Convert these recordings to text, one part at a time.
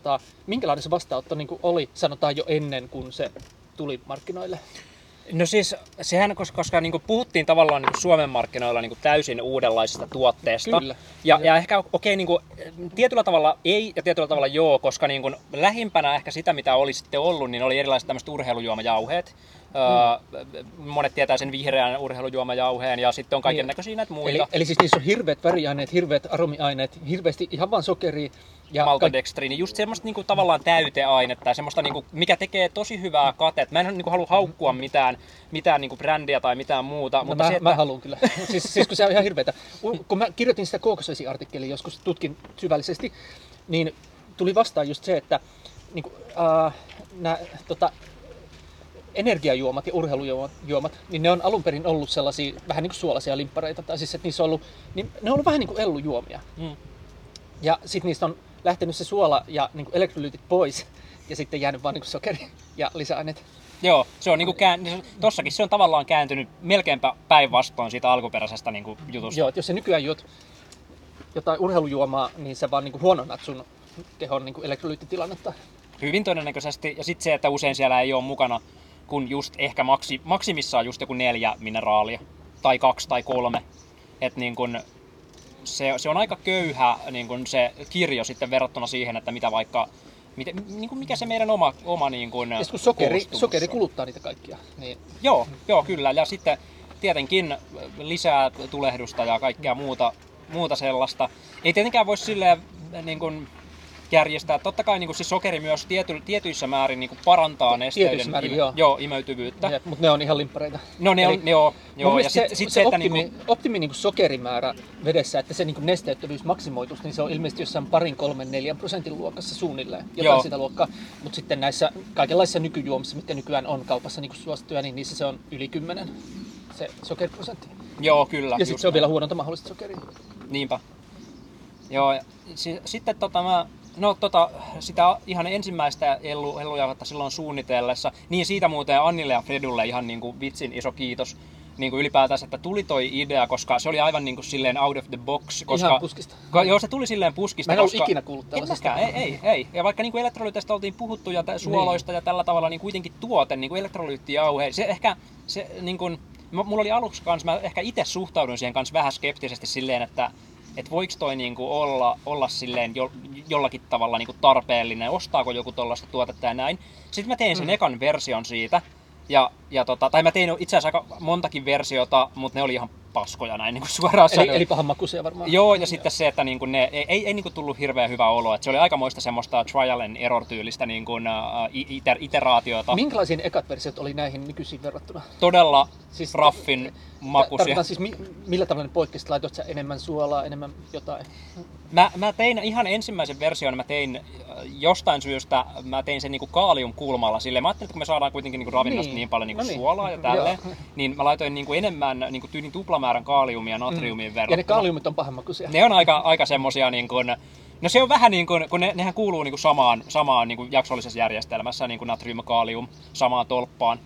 minkälainen se vastaanotto niin kuin oli, sanotaan jo ennen kuin se tuli markkinoille? No siis sehän, koska niin kuin puhuttiin tavallaan niin kuin Suomen markkinoilla niin kuin täysin uudenlaisesta tuotteesta. Kyllä. Ja ehkä niin kuin, tietyllä tavalla ei ja tietyllä tavalla joo, koska niin kuin lähimpänä ehkä sitä, mitä oli sitten ollut, niin oli erilaiset tämmöiset urheilujuomajauheet. Monet tietää sen vihreän urheilujuomajauheen ja sitten on kaiken näköisiä näitä muita. Eli siis niissä on hirveät väriaineet, hirveät aromiaineet, hirveästi ihan vaan sokeria. Ja maltodextriini, just semmoista niinku tavallaan täyteainetta ja semmoista niinku, mikä tekee tosi hyvää katetta. Mä en niinku halua haukkua mitään niinku brändiä tai mitään muuta, mutta mä haluan kyllä. siis kun se on ihan hirveetä. Kun mä kirjoitin sitä kookosvesi-artikkelia joskus, tutkin syvällisesti, niin tuli vastaan just se, että niinku, nämä energiajuomat ja urheilujuomat, niin ne on alun perin ollut sellaisia vähän niin kuin suolaisia limppareita, tai siis että niissä on ollut, niin ne on ollut vähän niin kuin ellujuomia. Ja sitten niistä on lähtenyt se suola ja niin kuin elektrolyytit pois, ja sitten jäänyt vaan niin kuin sokeri ja lisäaineet. Joo, se on niinku tossakin se on tavallaan kääntynyt melkeinpä päinvastoin siitä alkuperäisestä niinku jutusta. Joo, että jos sä nykyään juot jotain urheilujuomaa, niin sä vaan niinku huononnat sun kehon niinku elektrolyyttitilannetta. Hyvin todennäköisesti, ja sitten se, että usein siellä ei ole mukana kun just ehkä maksimissaan just joku 4 mineraalia, tai 2 tai 3. Että niin kun se on aika köyhä niin kun se kirjo sitten verrattuna siihen, että mitä vaikka mikä se meidän oma niin kun kun sokeri kuluttaa niitä kaikkia. Niin. Joo, kyllä. Ja sitten tietenkin lisää tulehdusta ja kaikkea muuta sellaista. Ei tietenkään voi silleen niin kun järjestää. Totta kai niin siis sokeri myös tietyissä määrin niin parantaa nesteiden imeytyvyyttä. Mutta ne on ihan limppareita. No ne on, joo. Ja se optimi niin sokerimäärä vedessä, että se niin nesteyttävyys maksimoitus, niin se on ilmeisesti jossain 2-4% luokassa suunnilleen. Jotain sitä luokkaa. Mutta sitten näissä kaikenlaisissa nykyjuomissa, mitkä nykyään on kaupassa niin suosittuja, niin niissä se on yli 10 se sokeriprosentti. Joo, kyllä. Ja sitten se on vielä huononta mahdollista sokeria. Niinpä. Joo, ja sitten sitä ihan ensimmäistä ellujauhetta silloin suunnitellessa, niin siitä muuten Annille ja Fredulle ihan niin kuin vitsin iso kiitos niin kuin ylipäätään, että tuli toi idea, koska se oli aivan niin kuin silleen out of the box. Koska, ihan puskista. Joo, se tuli silleen puskista. Mä en ollut ikinä kuullut tällaisesta. Ei. Ja vaikka niin elektrolyyteistä oltiin puhuttu ja suoloista ja tällä tavalla, niin kuitenkin tuote, niin elektrolyyttijauhe, se ehkä, se niin kuin, mulla oli aluksi kanssa, mä ehkä itse suhtaudun siihen kanssa vähän skeptisesti silleen, että voiko toi niinku olla silleen jollakin tavalla niinku tarpeellinen, ostaako joku tollaista tuotetta ja näin. Sitten mä tein sen ekan version siitä, tai mä tein itse asiassa aika montakin versiota, mutta ne oli ihan paskoja näin niinku suoraan sanoen. Eli pahanmakuisia varmaan. Joo, ja sitten se, että niinku ne ei niinku tullut hirveän hyvää oloa. Se oli aikamoista semmoista trial and error -tyylistä niinku, iteraatiota. Minkälaisia ekat versiot oli näihin nykyisiin verrattuna? Todella raffin makuisia. Siis millä tavalla ne poikkesi? Laitoit sä enemmän suolaa, enemmän jotain? Mä tein ihan ensimmäisen version, mä tein jostain syystä, mä tein sen niinku kaaliumkulmalla silleen. Mä ajattelin, että kun me saadaan kuitenkin niinku ravinnosta niin paljon niinku suolaa ja tälleen, niin mä laitoin niinku enemmän niinku tyyliin tuplamäärän kaaliumia natriumiin verrattuna. Ja ne kaaliumit on pahanmakuisia. Ne on aika semmosia niinku, no se on vähän niin kuin, kun nehän kuuluu niinku samaan niinku jaksollisessa järjestelmässä, niinku natrium ja kaalium samaan tolppaan.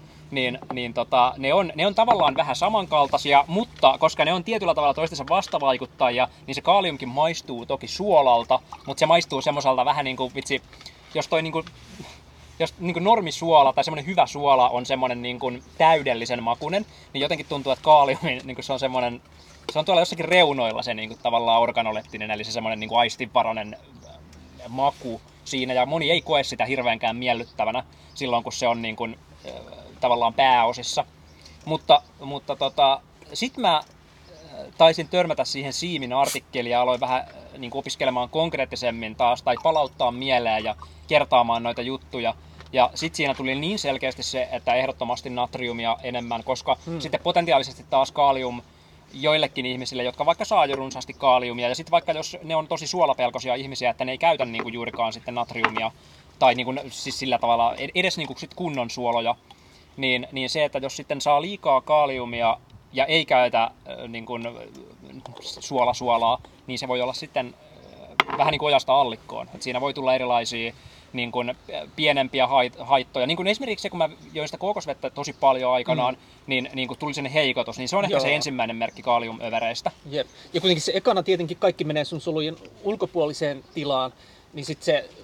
Ne on tavallaan vähän samankaltaisia, mutta koska ne on tietyllä tavalla toistensa vastavaikuttajia, niin se kaaliumkin maistuu toki suolalta, mutta se maistuu semmoiselta vähän niin kuin, jos normisuola tai semmoinen hyvä suola on semmoinen niin kuin täydellisen makunen, niin jotenkin tuntuu, että kaaliumi niin kuin se on semmoinen, se on tuolla jossakin reunoilla se niin kuin tavallaan organoleptinen, eli se semmoinen niin kuin aistinvaroinen maku siinä, ja moni ei koe sitä hirveänkään miellyttävänä silloin, kun se on niin kuin tavallaan pääosissa. Mutta sitten mä taisin törmätä siihen Siimin artikkeliin ja aloin vähän niin kuin opiskelemaan konkreettisemmin taas tai palauttaa mieleen ja kertaamaan noita juttuja. Ja sitten siinä tuli niin selkeästi se, että ehdottomasti natriumia enemmän, koska sitten potentiaalisesti taas kaalium joillekin ihmisille, jotka vaikka saa jo runsaasti kaaliumia, ja sitten vaikka jos ne on tosi suolapelkoisia ihmisiä, että ne ei käytä niin kuin juurikaan sitten natriumia, tai niin kuin, siis sillä tavalla edes niin kuin sit kunnon suoloja, niin se, että jos sitten saa liikaa kaaliumia ja ei käytä niin kuin suolaa, niin se voi olla sitten vähän niin kuin ojasta allikkoon. Et siinä voi tulla erilaisia niin kuin pienempiä haittoja. Niin kuin esimerkiksi se, kun mä join sitä kookosvettä tosi paljon aikanaan, niin kun tuli sinne heikotus, niin se on ehkä se ensimmäinen merkki kaaliumövereistä. Jep. Ja kuitenkin se ekana tietenkin kaikki menee sun solujen ulkopuoliseen tilaan, niin sitten se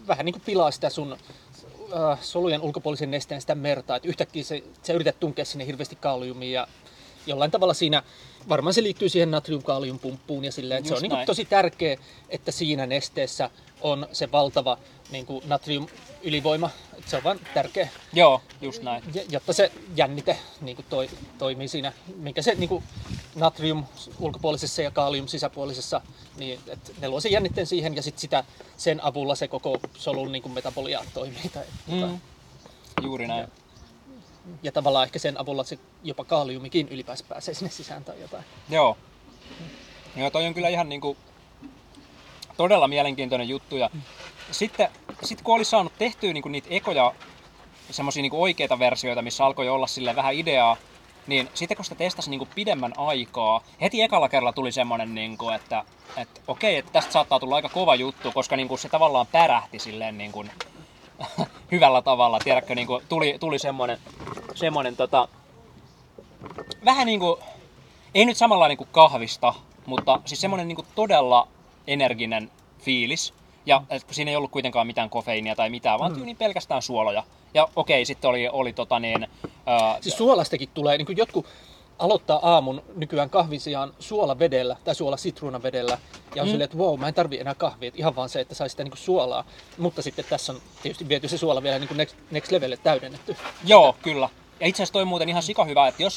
vähän niin kuin pilaa sitä sun solujen ulkopuolisen nesteen sitä mertaa, että yhtäkkiä sä yrität tunkea sinne hirveästi kaliumia ja jollain tavalla siinä, varmaan se liittyy siihen natrium-kaliumpumppuun ja silleen, että se on niin kuin tosi tärkeä, että siinä nesteessä on se valtava niin kuin natrium-ylivoima, että se on vaan tärkeä. Joo, just näin. Jotta se jännite niin kuin toimii siinä, minkä se niin kuin natrium ulkopuolisessa ja kalium sisäpuolisessa, niin että ne luo sen jännitteen siihen ja sitten sen avulla se koko solun niin kuin metabolia toimii. Juuri näin. Ja tavallaan ehkä sen avulla se jopa kaliumikin ylipäänsä pääsee sinne sisään tai jotain. Joo. Joo, toi on kyllä ihan niinku todella mielenkiintoinen juttu. Ja sitten kun oli saanut tehtyä niinku niitä ekoja semmosia niinku oikeita versioita, missä alkoi olla sille vähän ideaa, niin sitten kun sitä testasi niinku pidemmän aikaa, heti ekalla kerralla tuli semmonen, niinku, että okei, että tästä saattaa tulla aika kova juttu, koska niinku se tavallaan pärähti silleen niinku hyvällä tavalla. Tiedätkö, niinku tuli semmonen vähän niinku, ei nyt samanlainen kuin kahvista, mutta siis semmonen niinku todella energinen fiilis. Ja siinä ei ollut kuitenkaan mitään kofeiinia tai mitään, vaan tyyliin pelkästään suoloja. Ja okei, sitten oli siis suolastakin tulee, niin kuin jotkut aloittaa aamun nykyään kahvin sijaan suolavedellä tai suolasitruunavedellä. Ja on silleen, että wow, mä en tarvii enää kahvia, että ihan vaan se, että saisi sitä niin kuin suolaa. Mutta sitten tässä on tietysti viety se suola vielä niin kuin next levelle täydennetty. Joo, kyllä. Ja itse asiassa toi muuten ihan sikahyvä, että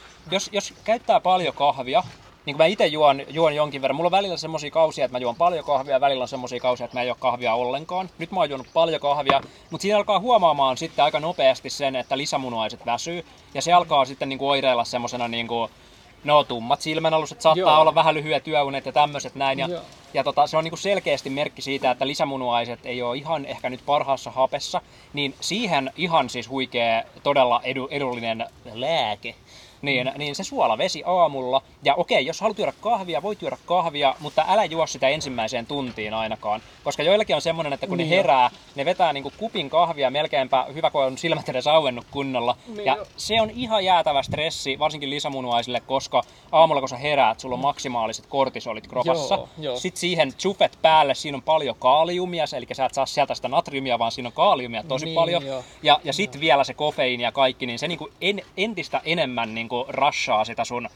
jos käyttää paljon kahvia, niin kuin mä itse juon jonkin verran. Mulla on välillä semmosia kausia, että mä juon paljon kahvia, ja välillä on semmosia kausia, että mä en juo kahvia ollenkaan. Nyt mä oon juonut paljon kahvia, mutta siinä alkaa huomaamaan sitten aika nopeasti sen, että lisämunuaiset väsyy. Ja se alkaa sitten niinku oireilla semmosena niinku, tummat silmänaluset, saattaa olla vähän lyhyet yöunet ja tämmöiset näin. Ja se on niinku selkeästi merkki siitä, että lisämunuaiset ei ole ihan ehkä nyt parhaassa hapessa. Niin ihan siis huikea, todella edullinen lääke. Niin se suolavesi aamulla. Ja okei, jos haluat juoda kahvia, voit juoda kahvia, mutta älä juo sitä ensimmäiseen tuntiin ainakaan. Koska joillakin on semmonen, että kun ne herää, ne vetää niinku kupin kahvia melkeinpä, hyvä kun on silmät edes auennut kunnolla. Ja se on ihan jäätävä stressi, varsinkin lisämunuaisille, koska aamulla kun sä heräät, sulla on maksimaaliset kortisolit kropassa. Sitten siihen chufet päälle, siinä on paljon kaaliumia, eli sä et saa sieltä sitä natriumia, vaan siinä on kaaliumia tosi paljon. Ja sitten vielä se kofeiini ja kaikki, niin se niinku entistä enemmän niinku rashaa sitä sun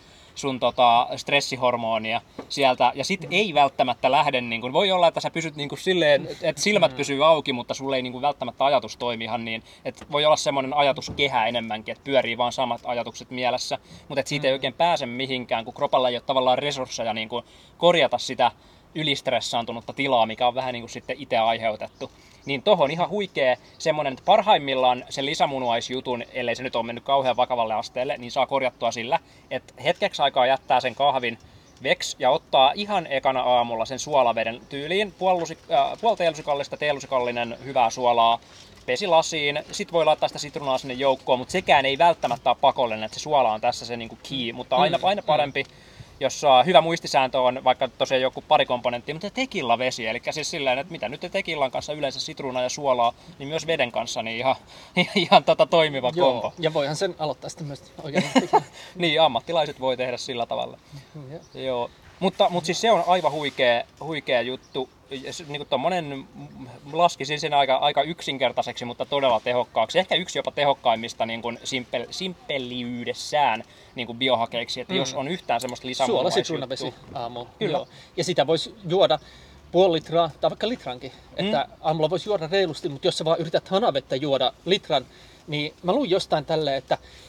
stressihormonia sieltä. Ja sit ei välttämättä lähde, niin voi olla, että sä pysyt niin silleen, että silmät pysyy auki, mutta sulle ei niin välttämättä ajatus toimi ihan niin. Että voi olla semmoinen ajatuskehä enemmänkin, että pyörii vaan samat ajatukset mielessä. Mutta et siitä ei oikein pääse mihinkään, kun kropalla ei ole tavallaan resursseja niin korjata sitä ylistressaantunutta tilaa, mikä on vähän niin kuin sitten itse aiheutettu. Niin tohon ihan huikea semmonen, että parhaimmillaan sen lisämunuaisjutun, ellei se nyt ole mennyt kauhean vakavalle asteelle, niin saa korjattua sillä, että hetkeksi aikaa jättää sen kahvin veks ja ottaa ihan ekana aamulla sen suolaveden tyyliin, puoli teelusikallinen hyvää suolaa pesilasiin. Sitten voi laittaa sitä sitruunaa sinne joukkoon, mutta sekään ei välttämättä ole pakollinen, että se suola on tässä se niinku key, mutta aina parempi. Jossa hyvä muistisääntö on vaikka tosiaan joku pari komponenttia, mutta tekillavesi, eli siis silleen, että mitä nyt tekillan kanssa yleensä sitruunaa ja suolaa, niin myös veden kanssa niin ihan toimiva kombo. Ja voihan sen aloittaa sitten myös oikein. Niin, ammattilaiset voi tehdä sillä tavalla. Joo. Mutta siis se on aivan huikea juttu. Niin tommonen laskisin sen aika yksinkertaiseksi, mutta todella tehokkaaksi. Ehkä yksi jopa tehokkaimmista niin kuin simppeliydessään niin kuin biohakeiksi, että jos on yhtään semmoista suolasitruunavesi aamuun. Kyllä. Joo. Ja sitä voisi juoda puoli litraa tai vaikka litrankin. Että aamulla voisi juoda reilusti, mutta jos sä vaan yrität hanavettä juoda litran, niin mä luin jostain tälleen,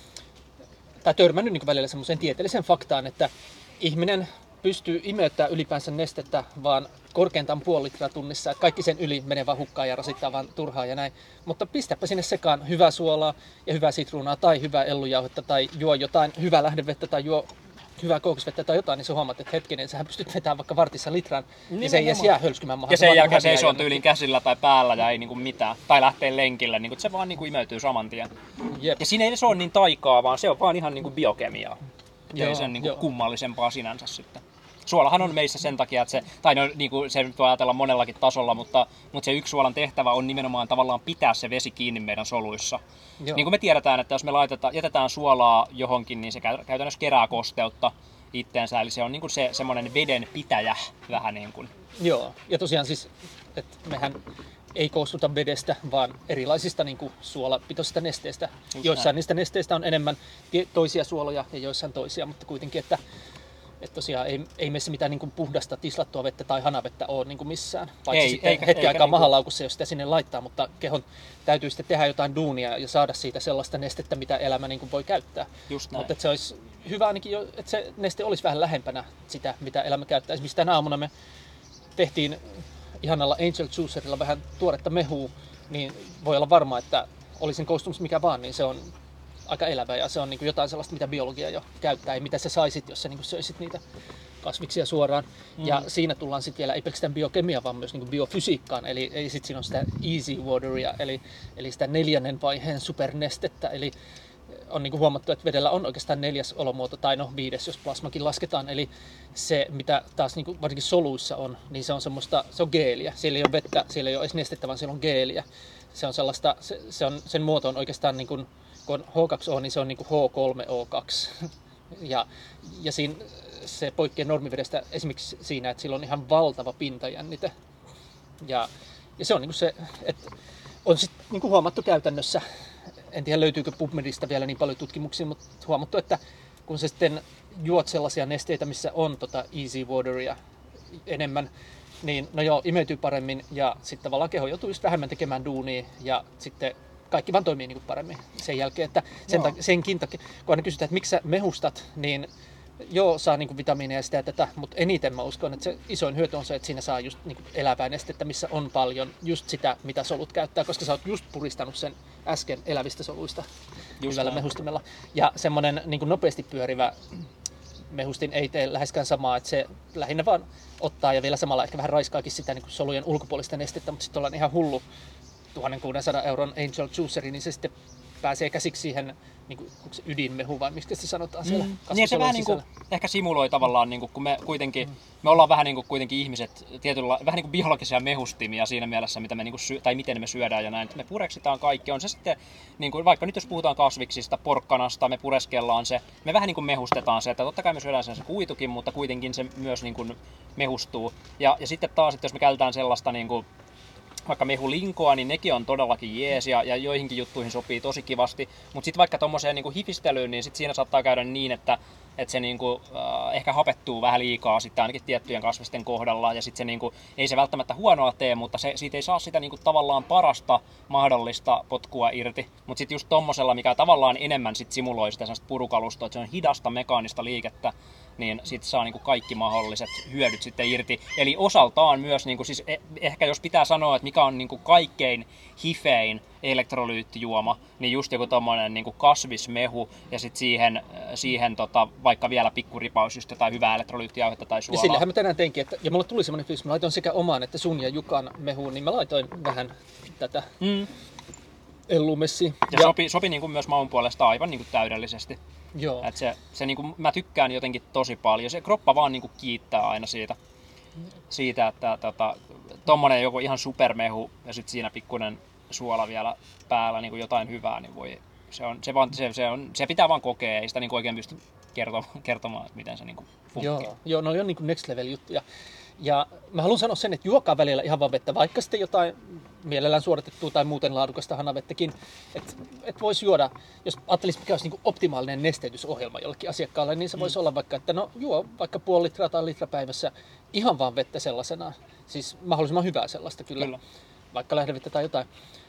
tai törmännyt niin välillä semmoiseen tieteelliseen faktaan, että ihminen pystyy imeyttämään ylipäänsä nestettä vaan korkeintaan puoli litraa tunnissa, että kaikki sen yli menee vaan hukkaan ja rasittaa vaan turhaa ja näin. Mutta pistäpä sinne sekaan hyvää suolaa ja hyvää sitruunaa tai hyvää ellujauhetta tai juo jotain hyvää lähdevettä tai juo hyvää kookosvettä tai jotain, niin sä huomaat, että hetkinen, sähän pystyt vetämään vaikka vartissa litran, niin se ei edes jää hölskymään maahan. Ja sen jälkeen seisoo tyylin käsillä tai päällä ja ei niinku mitään. Tai lähtee lenkille, niin se vaan niinku imeytyy saman tien. Jep. Ja siinä ei se ole niin taikaa, vaan se on vaan ihan niinku biokemiaa. Ei sen niinku kummallisempaa sinänsä sitten. Suolahan on meissä sen takia, että se nyt voi ajatella monellakin tasolla, mutta se yksi suolan tehtävä on nimenomaan tavallaan pitää se vesi kiinni meidän soluissa. Joo. Niin kuin me tiedetään, että jos me jätetään suolaa johonkin, niin se käytännössä kerää kosteutta itteensä, eli se on niin kuin semmoinen veden pitäjä vähän niin kuin. Joo, ja tosiaan siis, että mehän ei koostuta vedestä, vaan erilaisista niin kuin suolapitoisista nesteistä. Joissain niistä nesteistä on enemmän toisia suoloja ja joissain toisia, mutta kuitenkin, että tosiaan ei meissä mitään niin kuin puhdasta tislattua vettä tai hanavettä ole niin kuin missään. Paitsi sitten hetken aikaa mahalaukussa, jos sitä sinne laittaa, mutta kehon täytyy sitten tehdä jotain duunia ja saada siitä sellaista nestettä, mitä elämä niin kuin voi käyttää. Mutta se olisi hyvä ainakin, että se neste olisi vähän lähempänä sitä, mitä elämä käyttää. Esimerkiksi tänä aamuna me tehtiin ihanalla Angel Juicerilla vähän tuoretta mehua, niin voi olla varma, että olisin koostumus mikä vaan, niin se on aika elävä ja se on niin kuin jotain sellaista, mitä biologia jo käyttää ja mitä sä saisit, jos sä niin kuin söisit niitä kasviksia suoraan. Ja siinä tullaan sitten vielä ei pelkästään biokemia, vaan myös niin kuin biofysiikkaan, eli sitten siinä on sitä easy wateria, eli sitä 4. vaiheen supernestettä, eli on niin kuin huomattu, että vedellä on oikeastaan 4. olomuoto, tai 5, jos plasmakin lasketaan, eli se, mitä taas niin kuin varsinkin soluissa on, niin se on geeliä. Siellä ei ole vettä, siellä ei ole edes nestettä, vaan siellä on geeliä. Se on sellaista, sen muoto on oikeastaan niin kuin, kun on H2O, niin se on niin kuin H3O2. ja siinä se poikkeaa normivedestä esimerkiksi siinä, että sillä on ihan valtava pintajännite. Ja se on niin kuin se, että on sitten niin kuin huomattu käytännössä, en tiedä löytyykö PubMedista vielä niin paljon tutkimuksia, mutta huomattu, että kun sä sitten juot sellaisia nesteitä, missä on easy wateria enemmän, niin no joo, imeytyy paremmin ja sitten tavallaan keho joutuu just vähemmän tekemään duunia ja sitten kaikki vaan toimii niin kuin paremmin sen jälkeen, että senkin takia, kun aina kysytään, että miksi sä mehustat, niin joo, saa niin kuin vitamiineja ja sitä ja tätä, mutta eniten mä uskon, että se isoin hyöty on se, että siinä saa just niin kuin elävää nestettä, missä on paljon just sitä, mitä solut käyttää, koska sä oot just puristanut sen äsken elävistä soluista hyvällä mehustimella. Ja semmoinen niin kuin nopeasti pyörivä mehustin ei tee läheskään samaa, että se lähinnä vaan ottaa ja vielä samalla ehkä vähän raiskaakin sitä niin kuin solujen ulkopuolista nestettä, mutta sitten ollaan ihan hullu 1600 euron Angel Juiceri, niin se sitten pääsee käsiksi siihen niin kuin, onko se ydinmehu vai miksi se sanotaan siellä niin se vähän niin kuin, ehkä simuloi tavallaan, niin kuin, kun me kuitenkin, me ollaan vähän niin kuin kuitenkin ihmiset tietyllä, vähän niin kuin biologisia mehustimia siinä mielessä, mitä me niin kuin tai miten me syödään ja näin. Me pureksitaan kaikki, on se sitten, niin kuin, vaikka nyt jos puhutaan kasviksista, porkkanasta, me pureskellaan se, me vähän niin kuin mehustetaan se, että totta kai me syödään sen se kuitukin, mutta kuitenkin se myös niin kuin mehustuu. Ja sitten taas, että jos me käytetään sellaista niin kuin, vaikka mehulinkoa, niin nekin on todellakin jees ja joihinkin juttuihin sopii tosi kivasti. Mutta sitten vaikka tommoseen niinku hifistelyyn, niin sit siinä saattaa käydä niin, että se niinku, ehkä hapettuu vähän liikaa sitten ainakin tiettyjen kasvisten kohdalla. Ja sitten se niinku, ei se välttämättä huonoa tee, mutta siitä ei saa sitä niinku tavallaan parasta mahdollista potkua irti. Mutta sitten just tommosella, mikä tavallaan enemmän sit simuloi sitä purukalustoa, että se on hidasta mekaanista liikettä, niin sitten saa niinku kaikki mahdolliset hyödyt sitten irti. Eli osaltaan myös, niinku, siis ehkä jos pitää sanoa, että mikä on niinku kaikkein hifein elektrolyyttijuoma, niin just joku tommonen niinku kasvismehu ja sitten siihen vaikka vielä pikkuripaus just jotain hyvää elektrolyyttijauhetta tai suolaa. Ja sillähän mä tänään teinkin, että, ja mulla tuli semmoinen fiilis, mä laitoin sekä omaan että sun ja Jukan mehuun, niin mä laitoin vähän tätä ellumessia. Ja sopi niinku myös maun puolesta aivan niinku täydellisesti. Joo. Et se niinku, mä tykkään jotenkin tosi paljon. Se kroppa vaan niinku kiittää aina siitä että tommonen joku ihan supermehu ja sitten siinä pikkuinen suola vielä päällä niinku jotain hyvää, niin voi se pitää vaan kokea, ei sitä niinku oikein pysty kertomaan, että miten se niinku funkki. Joo, ne on niinku next level juttuja. Ja mä haluan sanoa sen, että juokaa välillä ihan vaan vettä, vaikka sitten jotain mielellään suoritettua tai muuten laadukasta hanavettäkin, että voisi juoda, jos ajattelisi mikä olisi niin kuin optimaalinen nesteytysohjelma jollekin asiakkaalle, niin se voisi olla vaikka, että no juo vaikka puoli litraa tai litra päivässä ihan vaan vettä sellaisenaan. Siis mahdollisimman hyvää sellaista kyllä. Vaikka lähdevettä tai jotain.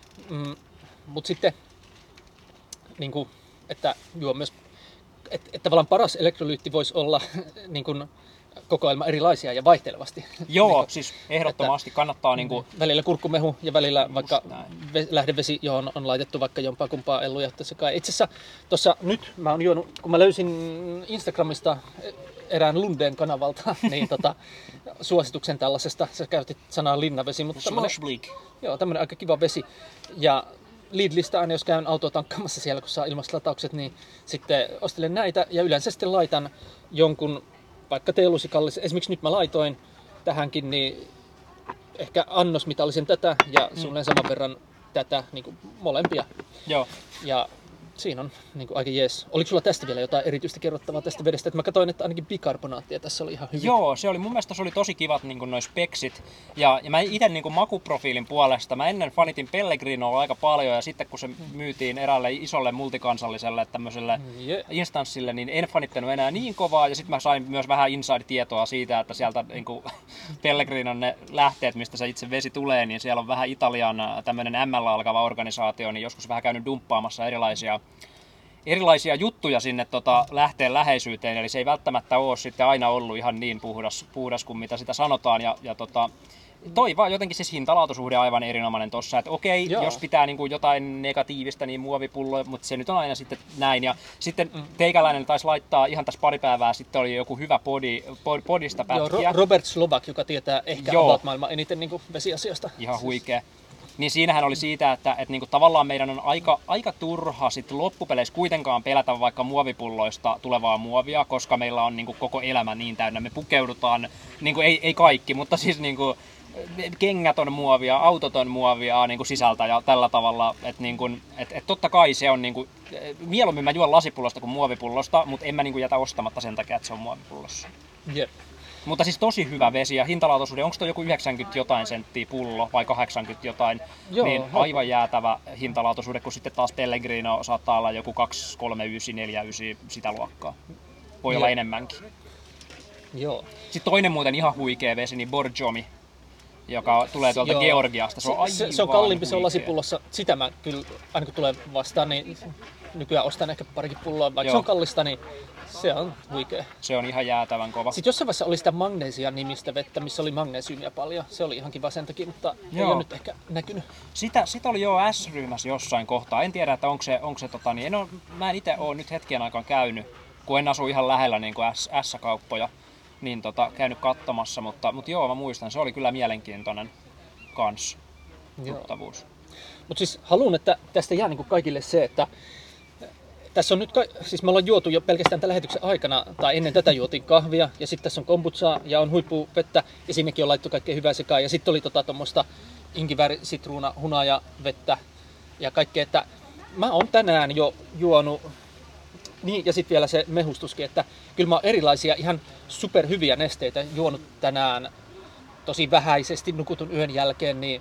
Mutta sitten, niin kuin, että juo myös, että tavallaan paras elektrolyytti voisi olla niin kuin, kokoelma erilaisia ja vaihtelevasti. Joo, niin, siis ehdottomasti kannattaa niinku välillä kurkkumehu ja välillä vaikka lähdevesi, johon on laitettu vaikka jompaa kumpaa elluja. Itse asiassa tuossa nyt mä oon juonut, kun mä löysin Instagramista erään Lundeen kanavalta, niin suosituksen tällaisesta, sä käytit sanaa linnavesi, mutta tämmönen aika kiva vesi. Ja Lidlistä aina, jos käyn autoa tankkaamassa siellä, kun saa ilmaiset lataukset, niin sitten ostelen näitä ja yleensä sitten laitan jonkun vaikka teelusikallisen, esimerkiksi nyt mä laitoin tähänkin, niin ehkä annosmitallisen tätä ja suunnilleen saman verran tätä, niin kuin molempia. Joo. Ja Siinä on niin kuin aika jees. Oliko sulla tästä vielä jotain erityistä kerrottavaa tästä vedestä? Että mä katsoin, että ainakin bikarbonaattia tässä oli ihan hyvin. Joo, mun mielestä se oli tosi kivat niin noi speksit. Ja mä itse niin makuprofiilin puolesta, mä ennen fanitin Pellegrinoa aika paljon ja sitten kun se myytiin eräälle isolle multikansalliselle tämmöiselle instanssille, niin en fanittanut enää niin kovaa. Ja sitten mä sain myös vähän inside-tietoa siitä, että sieltä niin Pellegrinon ne lähteet, mistä se itse vesi tulee, niin siellä on vähän Italian tämmöinen ML alkava organisaatio, niin joskus vähän käynyt dumppaamassa erilaisia juttuja sinne lähteen läheisyyteen, eli se ei välttämättä ole sitten aina ollut ihan niin puhdas kuin mitä sitä sanotaan. Toi vaan jotenkin siis hintalaatusuhde aivan erinomainen tossa, että okei, jos pitää niin kuin jotain negatiivista, niin muovipullo, mutta se nyt on aina sitten näin. Ja sitten teikäläinen taisi laittaa ihan tässä pari päivää sitten oli joku hyvä podista pätkiä. Joo, Robert Slovak, joka tietää ehkä about maailman eniten niin kuin vesiasiasta. Ihan huikea. Niin siinähän oli siitä, että niinku tavallaan meidän on aika turha sit loppupeleissä kuitenkaan pelätä vaikka muovipulloista tulevaa muovia, koska meillä on niinku koko elämä niin täynnä. Me pukeudutaan, niinku ei kaikki, mutta siis niinku kengät on muovia, autot on muovia niinku sisältä ja tällä tavalla. Että niinku, totta kai se on, niinku, mieluummin mä juon lasipullosta kuin muovipullosta, mutta en mä niinku jätä ostamatta sen takia, että se on muovipullossa. Yep. Mutta siis tosi hyvä vesi ja hintalaatuisuuden, onko tuo joku 90 jotain senttiä pullo vai 80 jotain, niin aivan jäätävä hintalaatuisuuden, kun sitten taas Pellegrino saattaa olla joku 239, 49 sitä luokkaa. Voi olla enemmänkin. Joo. Sitten toinen muuten ihan huikea vesi, niin Borjomi, joka tulee tuolta Georgiasta. Se on kalliimpi, se on lasipullossa. Sitä mä kyllä, aina kun tulee vastaan, niin nykyään ostan ehkä parikin pulloa. Vaikka se on kallista, niin se on huikea. Se on ihan jäätävän kova. Sitten jossain vaiheessa oli sitä magnesia-nimistä vettä, missä oli magnesiumia paljon. Se oli ihan kiva sen takia, mutta ei ole nyt ehkä näkynyt. Sitä oli jo S-ryhmässä jossain kohtaa. En tiedä, että onko se mä en itse ole nyt hetken aikaan käynyt, kun en asu ihan lähellä niin kuin S-kauppoja, niin käynyt katsomassa. Mutta joo, mä muistan, se oli kyllä mielenkiintoinen kans tuttavuus. Mutta siis haluan, että tästä jää niin kuin kaikille se, että tässä on nyt, siis me ollaan juotu jo pelkästään tämän lähetyksen aikana, tai ennen tätä juotiin kahvia, ja sitten tässä on kombuchaa ja on huippuvettä, ja sinnekin on laittu kaikkea hyvää sekaan, ja sitten oli tuommoista inkivääri, sitruuna, hunaja, vettä ja kaikkea, että mä oon tänään jo juonut, niin ja sitten vielä se mehustuskin, että kyllä mä oon erilaisia ihan superhyviä nesteitä juonut tänään tosi vähäisesti nukutun yön jälkeen, niin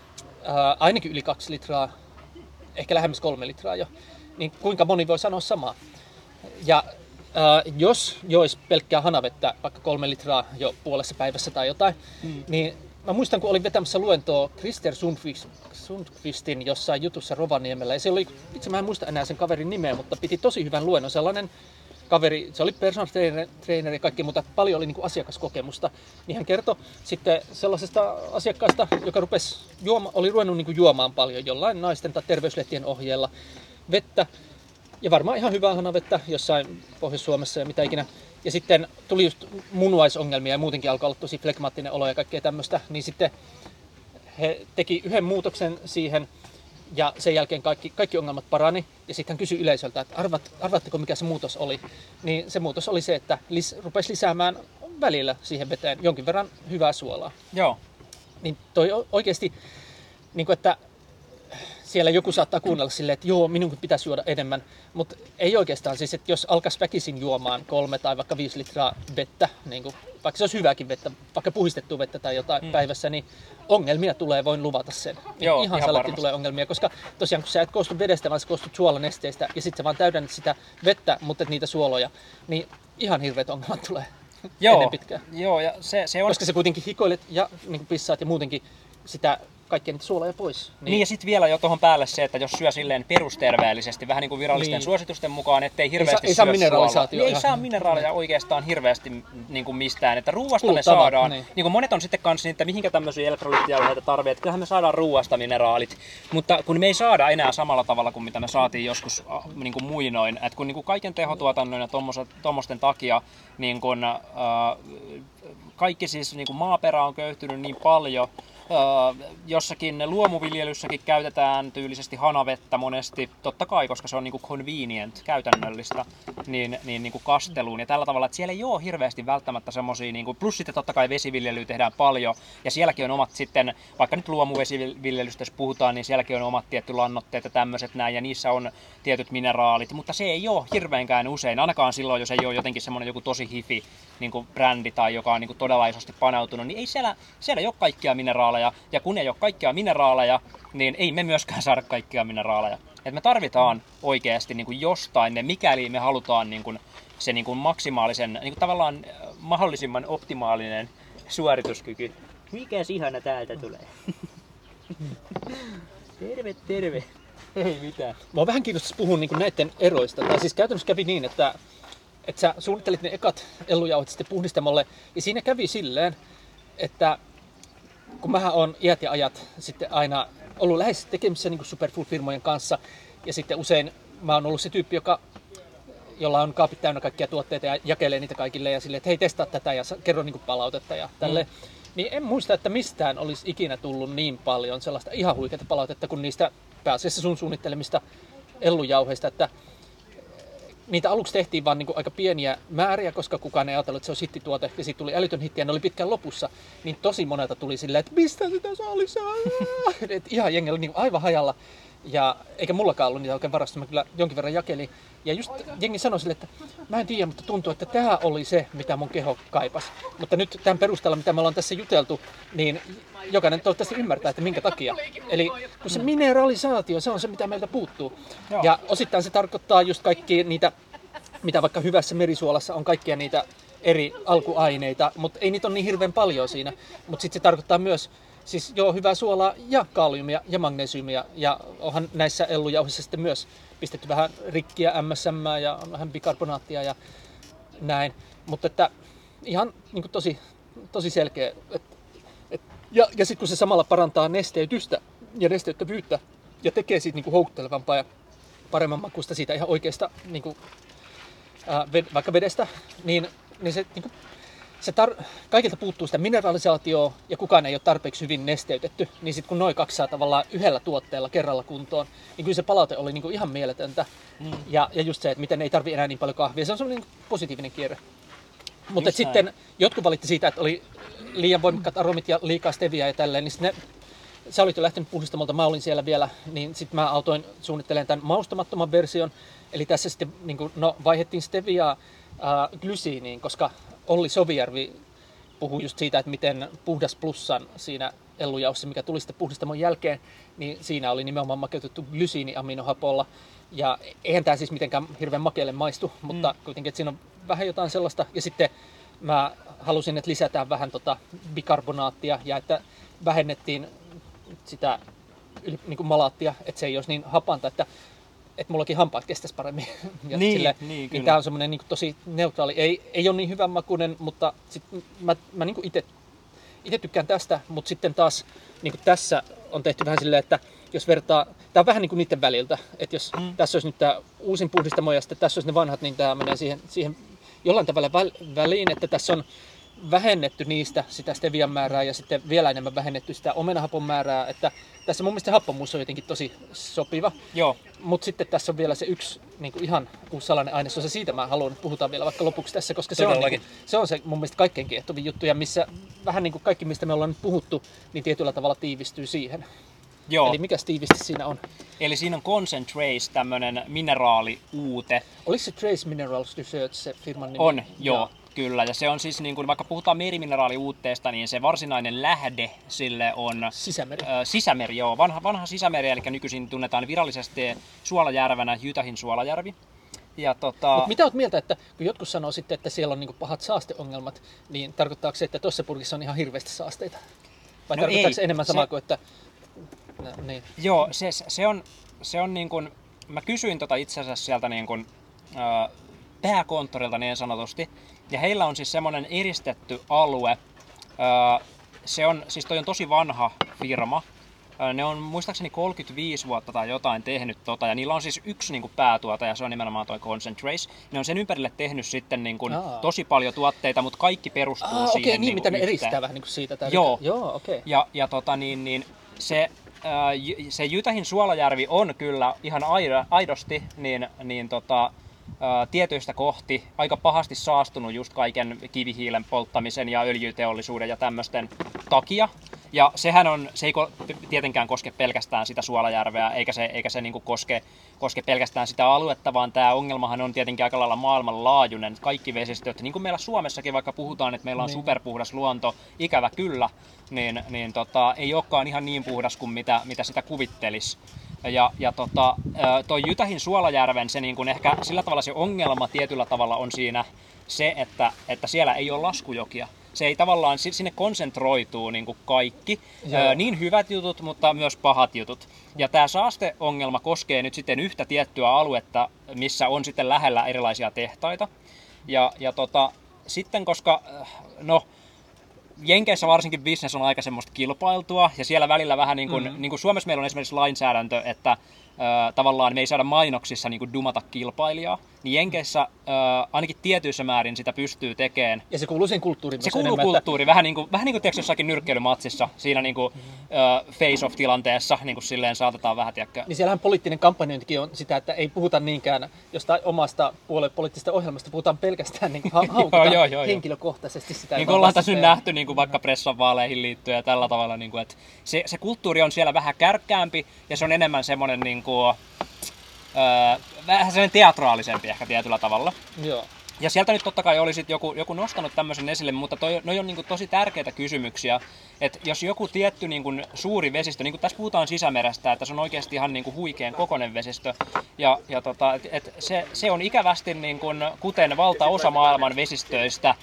ainakin yli 2 litraa, ehkä lähemmäs 3 litraa jo. Niin kuinka moni voi sanoa samaa. Ja jos joisi pelkkää hanavettä, vaikka 3 litraa jo puolessa päivässä tai jotain, niin mä muistan, kun olin vetämässä luentoa Krister Sundqvistin jossain jutussa Rovaniemellä, ja se oli, itse mä en muista enää sen kaverin nimeä, mutta piti tosi hyvän luennon, sellainen kaveri, se oli personal trainer ja kaikki, mutta paljon oli niin kuin asiakaskokemusta, niin hän kertoi sitten sellaisesta asiakkaasta, joka oli ruvennut niin kuin juomaan paljon jollain naisten tai terveyslehtien ohjeella vettä, ja varmaan ihan hyvää hanavettä jossain Pohjois-Suomessa ja mitä ikinä. Ja sitten tuli just munuaisongelmia ja muutenkin alkoi olla tosi flegmaattinen olo ja kaikkea tämmöistä, niin sitten he teki yhden muutoksen siihen, ja sen jälkeen kaikki ongelmat parani, ja sitten hän kysyi yleisöltä, että arvaatteko mikä se muutos oli. Niin se muutos oli se, että rupesi lisäämään välillä siihen veteen jonkin verran hyvää suolaa. Joo. Niin toi oikeasti, niin kuin, että siellä joku saattaa kuunnella silleen, että joo, minunkin pitäisi juoda enemmän, mutta ei oikeastaan siis, että jos alkaisi väkisin juomaan 3 tai vaikka 5 litraa vettä, niin kuin, vaikka se olisi hyvääkin vettä, vaikka puhistettua vettä tai jotain päivässä, niin ongelmia tulee, voin luvata sen. Joo, ihan salatti tulee ongelmia, koska tosiaan kun sä et koostu vedestä, vaan sä koostut suolanesteistä ja sitten sä vaan täydennät sitä vettä, mutta et niitä suoloja, niin ihan hirveät ongelmat tulee ennen pitkään. Joo, ja se on... Koska sä kuitenkin hikoilet ja niin pissaat ja muutenkin sitä kaikkia niitä suoloja pois. Niin ja sitten vielä jo tuohon päälle se, että jos syö silleen perusterveellisesti, vähän niin kuin virallisten suositusten mukaan, ettei hirveästi ei saa mineralisaatiota. Ei saa mineraaleja oikeastaan hirveästi niin kuin mistään. Että ruuasta me saadaan, niin kuin monet on sitten kanssa niitä, mihinkä tämmöisiä elektrolyyttijauheita tarvitsee, että kyllähän me saadaan ruuasta mineraalit. Mutta kun me ei saada enää samalla tavalla kuin mitä me saatiin joskus niin kuin muinoin, että kun niin kuin kaiken tehotuotannon ja tommosten takia niin kuin, kaikki siis niin kuin maaperä on köyhtynyt niin paljon, Jossakin luomuviljelyssäkin käytetään tyylisesti hanavettä monesti, totta kai, koska se on niinku convenient, käytännöllistä, niin kasteluun. Ja tällä tavalla, että siellä ei ole hirveästi välttämättä semmosia, niinku, plus sitten totta kai vesiviljelyä tehdään paljon, ja sielläkin on omat sitten, vaikka nyt luomuvesiviljelystä jos puhutaan, niin sielläkin on omat tietty lannoitteet ja tämmöiset näin, ja niissä on tietyt mineraalit, mutta se ei ole hirveänkään usein, ainakaan silloin, jos ei ole jotenkin semmoinen joku tosi hifi niinku brändi tai joka on niinku todella isosti paneutunut, niin ei siellä ei ole kaikkia mineraaleja, ja kun ei ole kaikkia mineraaleja, niin ei me myöskään saada kaikkia mineraaleja. Et me tarvitaan oikeasti niinku jostain ne, mikäli me halutaan niinku se niinku maksimaalisen, niinku tavallaan mahdollisimman optimaalinen suorituskyky. Mikäs ihana täältä tulee? Terve, terve. Ei mitään. Mua vähän kiinnostaisi puhua niin näiden eroista. Tai siis käytännössä kävi niin, että sä suunnittelit ne ekat ellujauhet sitten puhdistamolle. Ja siinä kävi silleen, että kun mähän on iät ja ajat sitten aina ollut lähes tekemisissä niin superfood-firmojen kanssa. Ja sitten usein mä oon ollut se tyyppi, jolla on kaapit täynnä kaikkia tuotteita ja jakelee niitä kaikille. Ja silleen, että hei, testaa tätä ja kerro niin palautetta ja tälleen. Niin en muista, että mistään olisi ikinä tullut niin paljon sellaista ihan huikeaa palautetta kuin niistä pääasiassa sun suunnittelemista ellujauheista, että niitä aluksi tehtiin vaan niin aika pieniä määriä, koska kukaan ei ajatellut, että se olisi hittituote, ja siitä tuli älytön hitti, ja ne oli pitkään lopussa, niin tosi monelta tuli silleen, että mistä sitä saa lisää? Et ihan jengi oli niin aivan hajalla, ja eikä mullakaan ollut niitä oikein varassa, mä kyllä jonkin verran jakelin. Ja just jengi sanoi sille, että mä en tiedä, mutta tuntuu, että tämä oli se, mitä mun keho kaipasi. Mutta nyt tämän perusteella, mitä me ollaan tässä juteltu, niin jokainen toivottavasti ymmärtää, että minkä takia. Eli kun se mineralisaatio, se on se, mitä meiltä puuttuu. Joo. Ja osittain se tarkoittaa just kaikkia niitä, mitä vaikka hyvässä merisuolassa on kaikkia niitä eri alkuaineita, mutta ei niitä ole niin hirveän paljon siinä. Mutta sitten se tarkoittaa myös siis hyvää suolaa ja kaliumia ja magnesiumia. Ja onhan näissä ellujauhissa sitten myös pistetty vähän rikkiä MSM ja vähän bikarbonaattia ja näin. Mutta että ihan niin kuin tosi selkeä. Ja sitten kun se samalla parantaa nesteytystä ja nesteyttävyyttä ja tekee siitä niin kuin houkuttelevampaa ja paremman makuista siitä ihan oikeasta niin kuin, vaikka vedestä, niin se niin kuin, kaikilta puuttuu sitä mineralisaatioa ja kukaan ei ole tarpeeksi hyvin nesteytetty, niin sitten kun noin kaksi saa tavallaan yhdellä tuotteella kerralla kuntoon, niin kyllä se palaute oli niinku ihan mieletöntä. Ja just se, että miten ei tarvitse enää niin paljon kahvia, se on semmoinen positiivinen kierre. Mutta sitten jotkut valitti siitä, että oli liian voimakkaat aromit ja liikaa steviaa ja tälleen, niin sä olit jo lähtenyt puhdistamolta, mä olin siellä vielä, niin sitten mä autoin suunnittelemaan tämän maustamattoman version. Eli tässä sitten niin vaihdettiin steviaa glysiiniin, koska Olli Sovijärvi puhui just siitä, että miten puhdas plussan siinä ellujaussa, mikä tuli sitten puhdistamon jälkeen, niin siinä oli nimenomaan makeutettu glysiiniaminohapolla. Ja eihän tämä siis mitenkään hirveän makealle maistu, mutta kuitenkin, että siinä on vähän jotain sellaista. Ja sitten mä halusin, että lisätään vähän bikarbonaattia ja että vähennettiin sitä niin kuin malaattia, että se ei olisi niin hapanta, että mullakin hampaat kestäisi paremmin. Niin tää on semmoinen niin tosi neutraali. Ei ole niin hyvän makuinen, mutta sit mä niin itse tykkään tästä, mutta sitten taas niin tässä on tehty vähän silleen, että jos vertaa, tää on vähän niin kuin niiden väliltä, että jos tässä olisi nyt tää uusin puhdistamo ja sitten tässä olisi ne vanhat, niin tää menee siihen jollain tavalla väliin, että tässä on vähennetty niistä sitä stevian määrää ja sitten vielä enemmän vähennetty sitä omenahapon määrää, että tässä mun mielestä se happomuus on jotenkin tosi sopiva. Joo. Mutta sitten tässä on vielä se yksi niin kuin ihan uusi salainen ainesosa, siitä mä haluan, että puhutaan vielä vaikka lopuksi tässä, koska se on se mun mielestä kaikkein kiehtovin juttu ja missä vähän niin kuin kaikki, mistä me ollaan nyt puhuttu, niin tietyllä tavalla tiivistyy siihen. Joo. Eli mikäs tiivisti siinä on? Eli siinä on Concentrace, tämmönen mineraaliuute. Oliko se Trace Minerals Research se firman nimi? On, joo. Kyllä, ja se on siis, niin kuin, vaikka puhutaan merimineraaliuutteesta, niin se varsinainen lähde sille on Sisämeri. Sisämeri, joo. Vanha sisämeri, eli nykyisin tunnetaan virallisesti suolajärvenä Jytähin suolajärvi. Ja Mut mitä oot mieltä, että kun jotkut sanoo sitten, että siellä on niin kuin pahat saasteongelmat, niin tarkoittaako se, että tuossa purkissa on ihan hirveästi saasteita? Vai tarkoittaako se enemmän samaa kuin, että... niin. Joo, se on niin kuin... Mä kysyin itse asiassa sieltä niin kuin, pääkonttorilta niin sanotusti. Ja heillä on siis semmoinen eristetty alue. Se on, siis toi on tosi vanha firma. Ne on muistaakseni 35 vuotta tai jotain tehnyt ja niillä on siis yksi niin kuin päätuote, ja se on nimenomaan toi Concentrace. Ne on sen ympärille tehnyt sitten niin kuin tosi paljon tuotteita, mutta kaikki perustuu siihen okei, niin mitä ne yhteen. eristää vähän niin kuin siitä. Joo, okei. Ja se Jytähin suolajärvi on kyllä ihan aidosti tietyistä kohti aika pahasti saastunut just kaiken kivihiilen polttamisen ja öljyteollisuuden ja tämmöisten takia. Ja se ei tietenkään koske pelkästään sitä Suolajärveä, eikä se niinku koske pelkästään sitä aluetta, vaan tämä ongelmahan on tietenkin aika lailla maailmanlaajuinen. Kaikki vesistöt, niin kuin meillä Suomessakin, vaikka puhutaan, että meillä on superpuhdas luonto, ikävä kyllä, niin ei olekaan ihan niin puhdas kuin mitä sitä kuvittelisi. Ja toi Jytähin Suolajärven se niin kuin ehkä sillä tavalla se ongelma tietyllä tavalla on siinä se, että siellä ei ole laskujokia. Se ei tavallaan, sinne konsentroituu niin kuin kaikki, niin hyvät jutut, mutta myös pahat jutut. Ja tämä saasteongelma koskee nyt sitten yhtä tiettyä aluetta, missä on sitten lähellä erilaisia tehtaita. Ja sitten koska, Jenkeissä varsinkin business on aika semmoista kilpailtua, ja siellä välillä vähän niin kuin Suomessa meillä on esimerkiksi lainsäädäntö, että tavallaan me ei saada mainoksissa niin kuin dumata kilpailijaa, niin Jenkeissä ainakin tietyissä määrin sitä pystyy tekemään. Ja se kuuluu siihen kulttuuriin. Se kuuluu kulttuuriin, vähän niin kuin tiedätkö, jossakin nyrkkeilymatsissa, siinä niin kuin face-off-tilanteessa niin kuin silleen saatetaan vähän, tiedäkö. Niin siellähän poliittinen kampanjointikin on sitä, että ei puhuta niinkään jostain omasta puoluepoliittisesta ohjelmasta, puhutaan pelkästään niin kuin haukutaan henkilökohtaisesti sitä. Niin kuin ollaan tässä nyt nähty niin kuin vaikka pressan vaaleihin liittyen ja tällä tavalla, niin kuin, että se kulttuuri on siellä vähän kärkkäämpi ja se on enemmän semmoinen niin kuin, vähän sellainen teatraalisempi ehkä tietyllä tavalla. Joo. Ja sieltä nyt totta kai olisi joku nostanut tämmöisen esille, mutta noi on niinku tosi tärkeitä kysymyksiä. Että jos joku tietty niinku suuri vesistö, niin kuin tässä puhutaan Sisämerestä, että se on oikeasti ihan niinku huikean kokoinen vesistö. Se on ikävästi, niinku, kuten valtaosa maailman vesistöistä,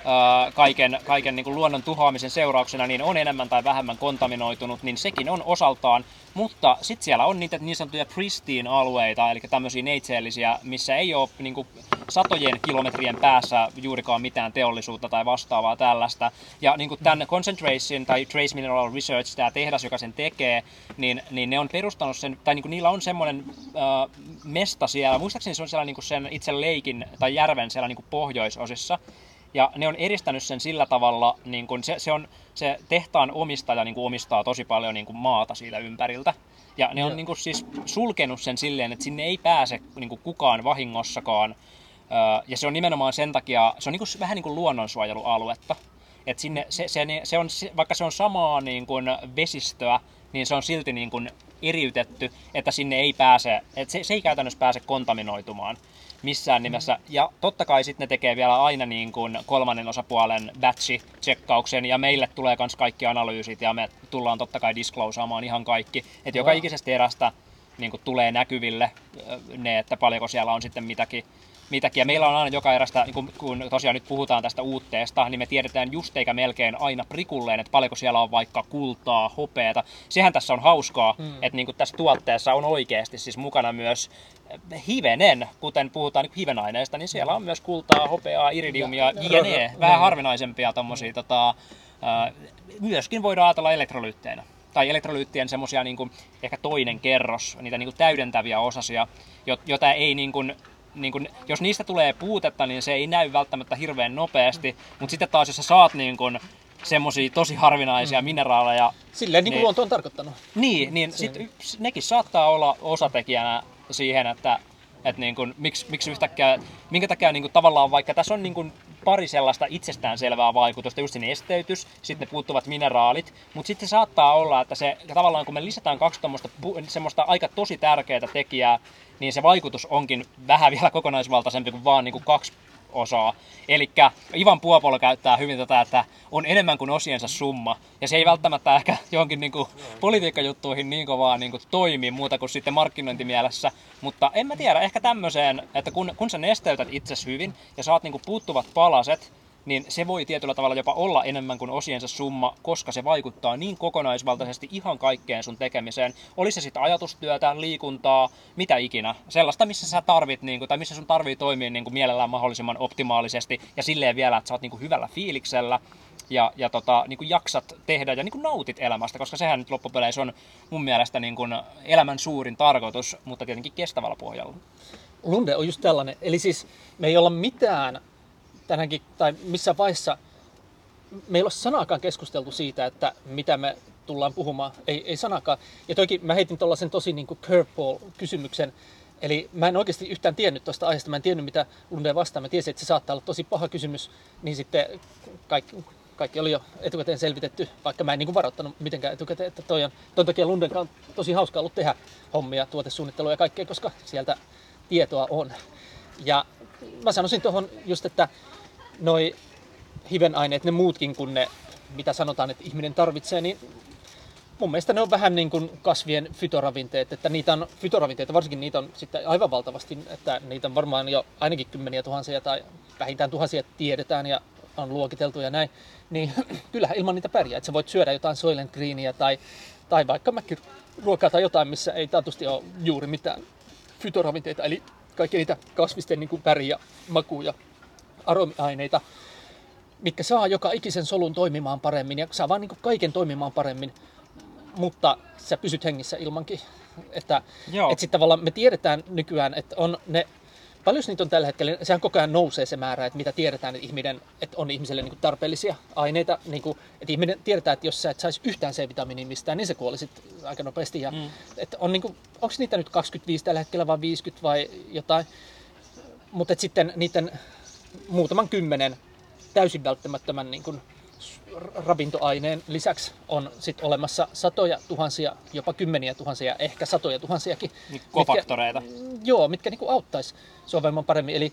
kaiken niin kuin luonnon tuhoamisen seurauksena niin on enemmän tai vähemmän kontaminoitunut, niin sekin on osaltaan. Mutta sitten siellä on niitä niin sanottuja pristine-alueita, eli tämmöisiä neitseellisiä, missä ei ole niin kuin satojen kilometrien päässä juurikaan mitään teollisuutta tai vastaavaa tällaista. Ja niin kuin tämän Concentration tai Trace Mineral Research, tämä tehdas, joka sen tekee, niin ne on perustanut sen, tai niin kuin niillä on semmoinen mesta siellä, muistaakseni se on siellä niin kuin sen itse leikin tai järven siellä niin kuin pohjoisosissa. Ja ne on eristänyt sen sillä tavalla, niin kun se tehtaan omistaja niin kun omistaa tosi paljon niin kun maata siitä ympäriltä. Ja ne on niin kun siis sulkenut sen silleen, että sinne ei pääse niin kun kukaan vahingossakaan. Ja se on nimenomaan sen takia, se on niin kun, vähän niin kuin luonnonsuojelualuetta. Et sinne, vaikka se on samaa niin kun vesistöä, niin se on silti niin kun eriytetty, että sinne ei pääse, että se ei käytännössä pääse kontaminoitumaan missään nimessä. Ja totta kai sitten ne tekee vielä aina niin kuin kolmannen osapuolen batchi-tsekkauksen, ja meille tulee myös kaikki analyysit, ja me tullaan totta kai disclosaamaan ihan kaikki. Että joka ikisestä erästä niin kuin tulee näkyville ne, että paljonko siellä on sitten mitäkin. Ja meillä on aina joka erästä, niin kun tosiaan nyt puhutaan tästä uutteesta, niin me tiedetään just eikä melkein aina prikulleen, että paljonko siellä on vaikka kultaa, hopeata. Sehän tässä on hauskaa, että niin kuin tässä tuotteessa on oikeasti siis mukana myös hivenen, kuten puhutaan niin hivenaineista, niin siellä on myös kultaa, hopeaa, iridiumia, jne. Vähän harvinaisempia tommosia, myöskin voidaan ajatella elektrolyytteinä. Tai elektrolyyttien semmosia niin kuin ehkä toinen kerros, niitä niin kuin täydentäviä osasia, jota ei niin kuin, jos niistä tulee puutetta, niin se ei näy välttämättä hirveän nopeasti, mutta sitten taas jos sä saat niin kuin semmosia tosi harvinaisia mineraaleja. Silleen niin kuin luonto on tarkoittanut. Niin nekin saattaa olla osatekijänä siihen, että niin kuin, miksi yhtäkkiä, minkä takia niin kuin, tavallaan vaikka tässä on niin kuin pari sellaista itsestäänselvää vaikutusta, just sinne esteytys, sitten ne puuttuvat mineraalit, mutta sitten se saattaa olla, että se tavallaan kun me lisätään kaksi semmoista aika tosi tärkeää tekijää, niin se vaikutus onkin vähän vielä kokonaisvaltaisempi kuin vaan niin kuin kaksi osaa. Elikkä Ivan Puopolo käyttää hyvin tätä, että on enemmän kuin osiensa summa. Ja se ei välttämättä ehkä johonkin niin kuin politiikkajuttuihin niin kovaa niin kuin toimi muuta kuin sitten markkinointimielessä. Mutta en mä tiedä, ehkä tämmöiseen, että kun sä nesteytät itsesi hyvin ja saat niin kuin puuttuvat palaset, niin se voi tietyllä tavalla jopa olla enemmän kuin osiensa summa, koska se vaikuttaa niin kokonaisvaltaisesti ihan kaikkeen sun tekemiseen. Oli se sitten ajatustyötä, liikuntaa, mitä ikinä. Sellaista, missä sä tarvit, tai missä sun tarvii toimia mielellään mahdollisimman optimaalisesti ja silleen vielä, että sä oot hyvällä fiiliksellä. ja niin kuin jaksat tehdä ja niin kuin nautit elämästä, koska sehän nyt loppupeleissä on mun mielestä niin kuin elämän suurin tarkoitus, mutta tietenkin kestävällä pohjalla. Lunde on just tällainen. Eli siis me ei olla mitään tänäänkin, tai missä vaiheessa, me ei ole sanaakaan keskusteltu siitä, että mitä me tullaan puhumaan. Ei sanaakaan. Ja toki mä heitin tuollaisen tosi niin kuin curveball-kysymyksen. Eli mä en oikeasti yhtään tiennyt tuosta aiheesta. Mä en tiennyt, mitä Lunde vastaa. Mä tiesin, että se saattaa olla tosi paha kysymys. Niin sitten kaikki oli jo etukäteen selvitetty, vaikka mä en niin kuin varoittanut mitenkään etukäteen. Että ton takia Lunden kanssa on tosi hauska ollut tehdä hommia, tuotesuunnittelua ja kaikkea, koska sieltä tietoa on. Ja mä sanoisin tuohon just, että noi hivenaineet, ne muutkin kuin ne, mitä sanotaan, että ihminen tarvitsee, niin mun mielestä ne on vähän niin kuin kasvien fytoravinteet, että niitä on fytoravinteita, varsinkin niitä on sitten aivan valtavasti, että niitä on varmaan jo ainakin kymmeniä tuhansia tai vähintään tuhansia tiedetään ja on luokiteltu ja näin, niin kyllähän ilman niitä pärjää, että sä voit syödä jotain Soylent Greenia tai vaikka mäkkiruokaa tai jotain, missä ei taatusti ole juuri mitään fytoravinteita, eli kaikki niitä kasvisten niin kuin väriä, makuja, aromiaineita, mitkä saa joka ikisen solun toimimaan paremmin ja saa vaan niin kuin kaiken toimimaan paremmin, mutta sä pysyt hengissä ilmankin. Että sitten tavallaan me tiedetään nykyään, että on ne, paljon niitä on tällä hetkellä, sehän koko ajan nousee se määrä, että mitä tiedetään, että on ihmiselle niin kuin tarpeellisia aineita. Niin kuin, että ihminen tiedetään, että jos sä et saisi yhtään C-vitamiinia mistään, niin se kuolisit aika nopeasti. Ja, että on niin kuin, onko niitä nyt 25 tällä hetkellä vai 50 vai jotain, mutta sitten niiden muutaman kymmenen täysin välttämättömän niin kuin ravintoaineen lisäksi on sit olemassa satoja tuhansia, jopa kymmeniä tuhansia, ehkä satoja tuhansiakin. Kofaktoreita. Mitkä niin kuin auttaisi suovelman paremmin. Eli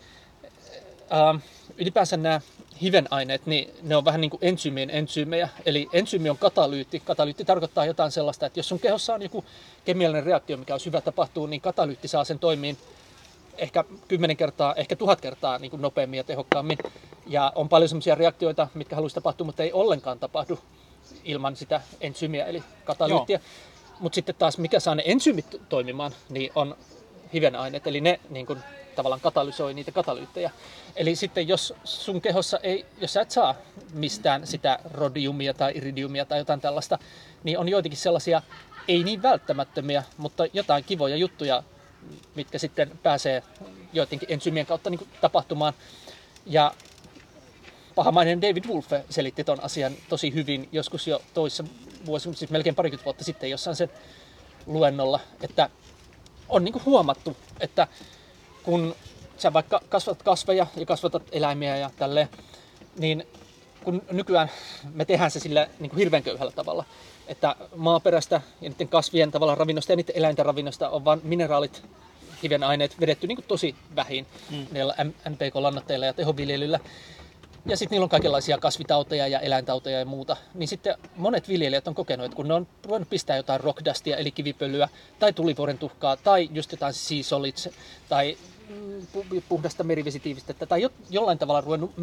ylipäänsä nämä hivenaineet, niin ne on vähän niin kuin entsyymien entsyymejä. Eli entsyymi on katalyytti. Katalyytti tarkoittaa jotain sellaista, että jos sun kehossa on joku kemiallinen reaktio, mikä olisi hyvä tapahtuu, niin katalyytti saa sen toimiin ehkä 10 kertaa, ehkä 1000 kertaa niin kuin nopeammin ja tehokkaammin. Ja on paljon sellaisia reaktioita, mitkä haluaisi tapahtua, mutta ei ollenkaan tapahdu ilman sitä entsyymiä, eli katalyyttiä. Mutta sitten taas, mikä saa ne entsyymit toimimaan, niin on hivenaineet, eli ne niin kuin tavallaan katalysoi niitä katalyyttejä. Eli sitten jos sun kehossa jos sä et saa mistään sitä rhodiumia tai iridiumia tai jotain tällaista, niin on joitakin sellaisia ei niin välttämättömiä, mutta jotain kivoja juttuja, mitkä sitten pääsee joidenkin entsyymien kautta niin kuin tapahtumaan. Ja pahamainen David Wolfe selitti ton asian tosi hyvin joskus jo toissa vuosi, siis melkein parikymmentä vuotta sitten jossain sen luennolla, että on niin kuin huomattu, että kun sä vaikka kasvatat kasveja ja kasvatat eläimiä ja tälleen, niin kun nykyään me tehdään se sillä niin kuin hirveän köyhällä tavalla, että maaperästä ja niiden kasvien tavallaan ravinnosta ja niiden eläinten ravinnosta on vain mineraalit, hivenaineet vedetty niin kuin tosi vähin näillä NPK-lannoitteilla ja tehoviljelyllä. Ja sitten niillä on kaikenlaisia kasvitauteja ja eläintauteja ja muuta. Niin sitten monet viljelijät on kokenut, että kun ne on ruvennut pistää jotain rockdustia eli kivipölyä tai tulivuoren tuhkaa tai just jotain sea solids tai puhdasta merivesitiivistettä tai jollain tavalla ruvennut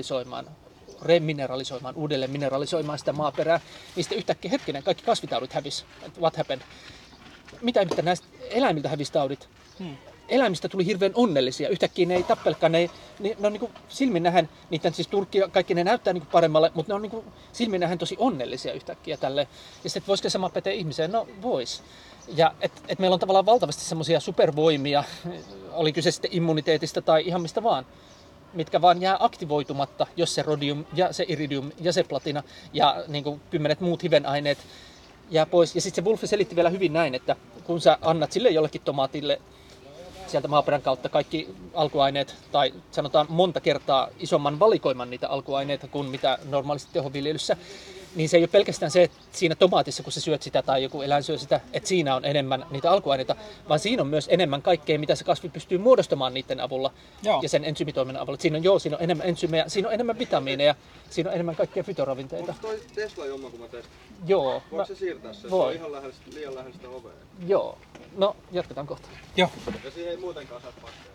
uudelleen mineralisoimaan sitä maaperää, niin sitten yhtäkkiä hetkinen kaikki kasvitaudit hävisi. What happened? Mitä näistä eläimiltä hävisi taudit? Eläimistä tuli hirveän onnellisia. Yhtäkkiä ne ei tappelekaan, ne on niin kuin silmin nähen, niitä siis Turkki ja kaikki ne näyttää niin kuin paremmalle, mutta ne on niin kuin silmin nähen tosi onnellisia yhtäkkiä tälle. Ja sitten voisiko sama päteä ihmiseen? No vois. Ja et meillä on tavallaan valtavasti semmoisia supervoimia, oli kyse sitten immuniteetista tai ihan mistä vaan, mitkä vaan jää aktivoitumatta, jos se rhodium ja se iridium ja se platina ja niin kuin 10 muut hivenaineet jää pois. Ja sitten se Wolfe selitti vielä hyvin näin, että kun sä annat sille jollekin tomaatille sieltä maaperän kautta kaikki alkuaineet, tai sanotaan monta kertaa isomman valikoiman niitä alkuaineita kuin mitä normaalisti tehoviljelyssä, niin se ei ole pelkästään se, että siinä tomaatissa, kun sä syöt sitä tai joku eläin syö sitä, että siinä on enemmän niitä alkuaineita, vaan siinä on myös enemmän kaikkea, mitä se kasvi pystyy muodostamaan niiden avulla ja sen ensyymitoiminnan avulla. Siinä on enemmän ensyymejä, siinä on enemmän vitamiineja, siinä on enemmän kaikkea fytoravinteita. Onko toi Tesla-jomma, kun mä testin? Joo. Voiko se siirtää sen? Voi. Se on ihan liian lähellä sitä ovea. Joo. No, jatketaan kohta. Joo. Ja siihen ei muutenkaan saa pakkeja.